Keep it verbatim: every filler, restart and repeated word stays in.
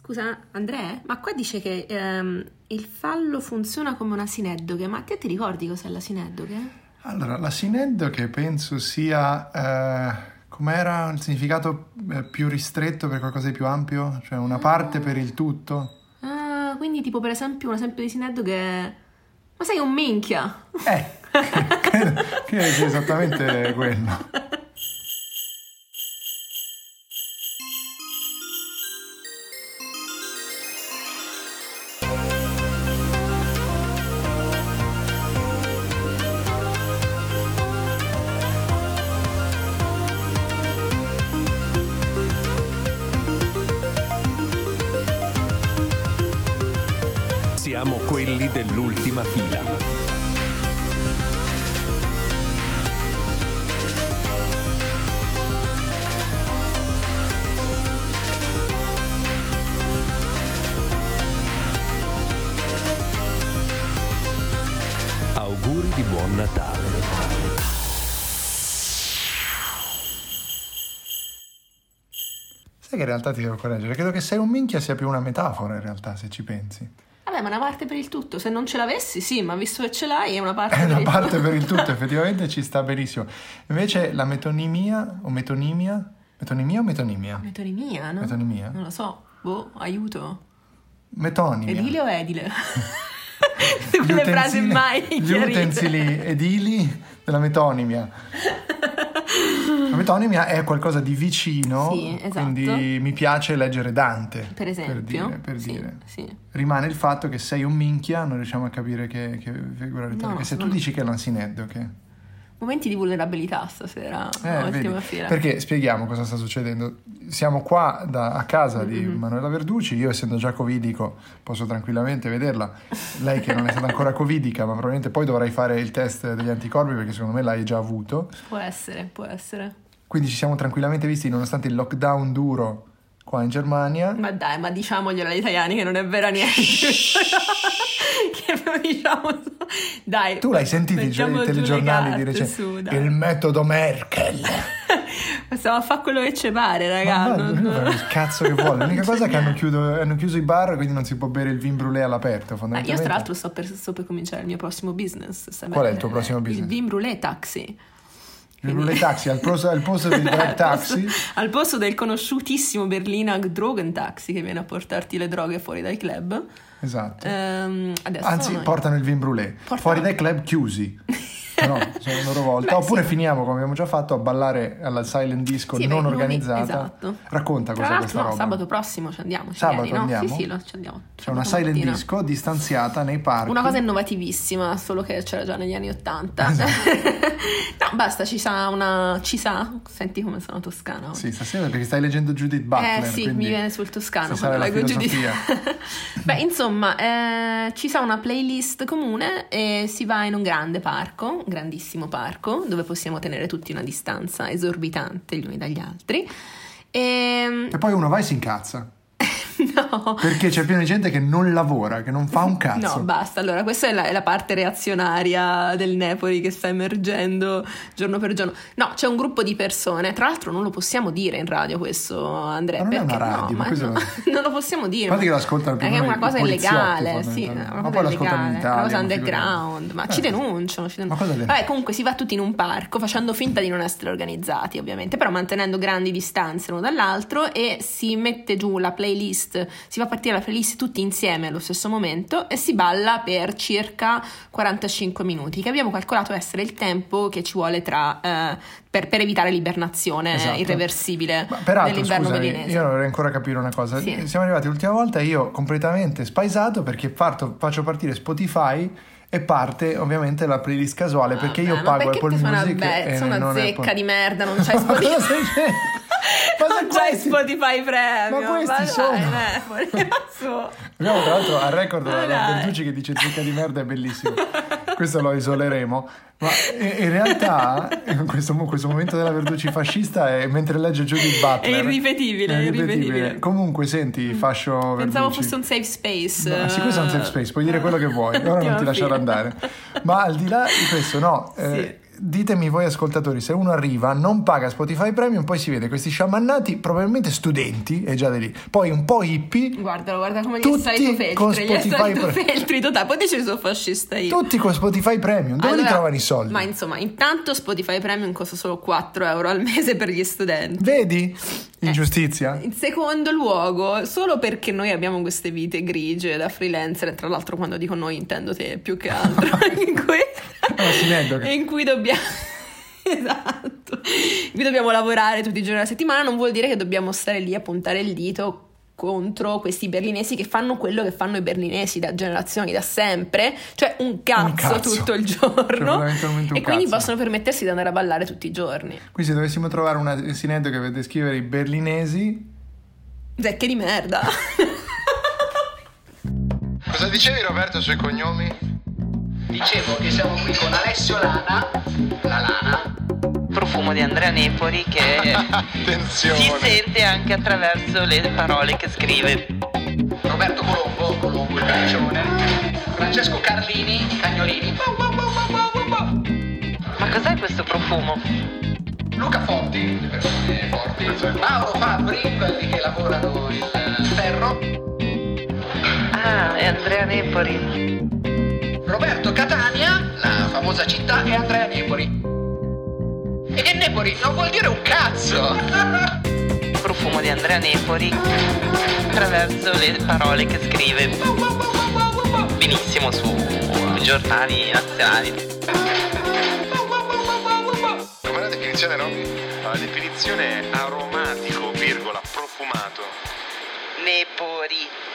Scusa, Andrea, ma qua dice che ehm, il fallo funziona come una sineddoche, ma te ti ricordi cos'è la sineddoche? Allora, la sineddoche penso sia, eh, com'era il significato eh, più ristretto per qualcosa di più ampio? Cioè una parte per il tutto? Ah, quindi tipo per esempio un esempio di sineddoche è... Ma sei un minchia! Eh, credo, credo sia esattamente quello. Siamo quelli dell'ultima fila. Auguri di buon Natale. Sai che in realtà ti devo correggere, credo che sei un minchia sia più una metafora in realtà, se ci pensi. Vabbè, ma una parte per il tutto, se non ce l'avessi sì, ma visto che ce l'hai è una parte È per una il parte tutto. per il tutto, effettivamente ci sta benissimo. Invece la metonimia o metonimia, metonimia o metonimia? Metonimia, no? Metonimia? Non lo so, boh, aiuto. Metonimia. Edile o edile? Gli Quelle frasi utensili- mai Gli chiarite. utensili edili della metonimia. La metonimia è qualcosa di vicino, Sì, esatto. quindi mi piace leggere Dante. Per esempio. Per dire, per Sì, dire. sì. Rimane il fatto che sei un minchia, non riusciamo a capire che, che figurarità. No, Perché se tu sono- dici che è l'ansineddo, che... Momenti di vulnerabilità stasera, Eh, ultima vedi. fila. Perché spieghiamo cosa sta succedendo. Siamo qua da- a casa di Mm-hmm. Manuela Verducci, io essendo già covidico posso tranquillamente vederla, lei che non è stata ancora covidica, ma probabilmente poi dovrai fare il test degli anticorpi perché secondo me l'hai già avuto, Può essere, può essere. quindi ci siamo tranquillamente visti nonostante il lockdown duro qua in Germania. Ma dai, ma diciamoglielo agli italiani che non è vera niente. Che diciamo... Dai, Tu l'hai sentito i mettiamo giù le telegiornali carte, di recente? su, dai. Il metodo Merkel. Stiamo a fare quello che ci pare, Ma raga. va, non- ognuno fa il cazzo che vuole. L'unica cosa è che hanno, chiudo- hanno chiuso i bar, quindi non si può bere il vin brûlé all'aperto. Ah, io Fondamentalmente. tra l'altro sto per, sto per cominciare il mio prossimo business. sta Qual è il bene? tuo prossimo business? Il vin brûlé taxi. Il brûlé taxi al posto, al posto del drag Al taxi. posto, al posto del conosciutissimo Berliner Drogentaxi che viene a portarti le droghe fuori dai club. Esatto. Ehm, adesso Anzi, noi- portano il vin brûlé Portano- fuori dai club chiusi. No, sono a loro volta. Beh, Oppure sì. finiamo, come abbiamo già fatto, a ballare alla silent disco Sì, non beh, noi- organizzata. esatto. Racconta Tra cos'è l'altro questa no, roba. sabato prossimo ci andiamo. ci Sabato vieni, no? andiamo? Sì, sì, lo- ci andiamo. C'è una Sabato silent mattina. disco distanziata nei parchi. Una cosa innovativissima, solo che c'era già negli anni Ottanta. Esatto. No, basta, ci sa una... ci sa? Senti come sono toscana oggi. Sì, stasera perché stai leggendo Judith Eh Butler. sì, quindi mi viene sul toscano si sa quando la leggo Judith. filosofia. Beh, insomma, eh, ci sa una playlist comune e si va in un grande parco, un grandissimo parco, dove possiamo tenere tutti una distanza esorbitante gli uni dagli altri. E... E poi uno va e si incazza. no... Perché c'è pieno di gente che non lavora, che non fa un cazzo. No, basta. Allora, questa è la, è la parte reazionaria del Napoli che sta emergendo giorno per giorno. No, c'è un gruppo di persone. Tra l'altro, non lo possiamo dire in radio questo, Andrea. Ma non è perché una radio, no, ma ma questo no, non- non lo possiamo dire. A parte che lo ascoltano più perché è o una meno cosa i poliziotti, illegale, sì, fondamentalmente. una Ma cosa poi lo ascoltano in illegale, Italia, una cosa ma underground. Ma figurati. ci Eh. denunciano, ci Ma cosa denunciano. denunciano? Vabbè, comunque si va tutti in un parco facendo finta di non essere organizzati, ovviamente, però mantenendo grandi distanze l'uno dall'altro e si mette giù la playlist, si fa partire la playlist tutti insieme allo stesso momento e si balla per circa quarantacinque minuti, che abbiamo calcolato essere il tempo che ci vuole tra eh, per, per evitare l'ibernazione Esatto. irreversibile Ma peraltro, dell'inverno scusami, berlinese. io vorrei ancora capire una cosa. Sì. Siamo arrivati l'ultima volta e io completamente spaesato perché parto, faccio partire Spotify e parte ovviamente la playlist casuale perché io Vabbè, ma pago perché Apple tu sei una, Music be- e sei una non zecca Apple. di merda, non c'hai Ma cosa Spotify. stai dicendo? Ma Non se c'hai questi- Spotify Premium. Ma questi dai, sono- Napoli, ma su. Abbiamo tra l'altro al record Ma la dai. Verducci che dice zecca di merda è bellissimo. Questo lo isoleremo. Ma in in realtà in questo, questo momento della Verducci fascista è mentre legge Judith Butler. È irripetibile, È è irripetibile. Comunque senti, fascio Verducci. Pensavo fosse un safe space. No, sì, questo è un safe space, puoi dire quello che vuoi, ora non ti Ultima lascerò fila. andare. Ma al di là di questo, no, eh, ditemi voi ascoltatori, se uno arriva, non paga Spotify Premium, poi si vede questi sciamannati, probabilmente studenti, e già di lì, poi un po' hippie. Guardalo, guarda come gli è tutti salito feltri, con gli è Spotify salito Pre- feltri totale. Poi dici sono fascista io. Tutti con Spotify Premium, dove Allora, li trovano i soldi? Ma insomma, intanto Spotify Premium costa solo quattro euro al mese per gli studenti. Vedi? Ingiustizia. In secondo luogo, solo perché noi abbiamo queste vite grigie da freelancer, e tra l'altro quando dico noi intendo te più che altro, in cui, Ah, in cui dobbiamo esatto, in cui dobbiamo lavorare tutti i giorni della settimana, non vuol dire che dobbiamo stare lì a puntare il dito contro questi berlinesi che fanno quello che fanno i berlinesi da generazioni, da sempre, cioè un cazzo, Un cazzo. tutto il giorno, Cioè, fondamentalmente un e quindi cazzo. possono permettersi di andare a ballare tutti i giorni. Qui se dovessimo trovare un asineddo che vede scrivere i berlinesi. Zecche di merda. Cosa dicevi Roberto sui cognomi? Dicevo che siamo qui con Alessio Lana, la Lana, profumo di Andrea Nepori che Attenzione. si sente anche attraverso le parole che scrive. Roberto Colombo, Colombo il caccione, Francesco Carlini, i cagnolini, Ma cos'è questo profumo? Luca Forti, le persone forti, Mauro Fabbri, quelli che lavorano il ferro, Ah, è Andrea Nepori. Roberto Catania, la famosa città, e Andrea Nepori. E Nepori non vuol dire un cazzo! Profumo di Andrea Nepori attraverso le parole che scrive. Benissimo su giornali nazionali. Com'è la definizione, Roby? La definizione è aromatico, virgola, profumato. Nepori.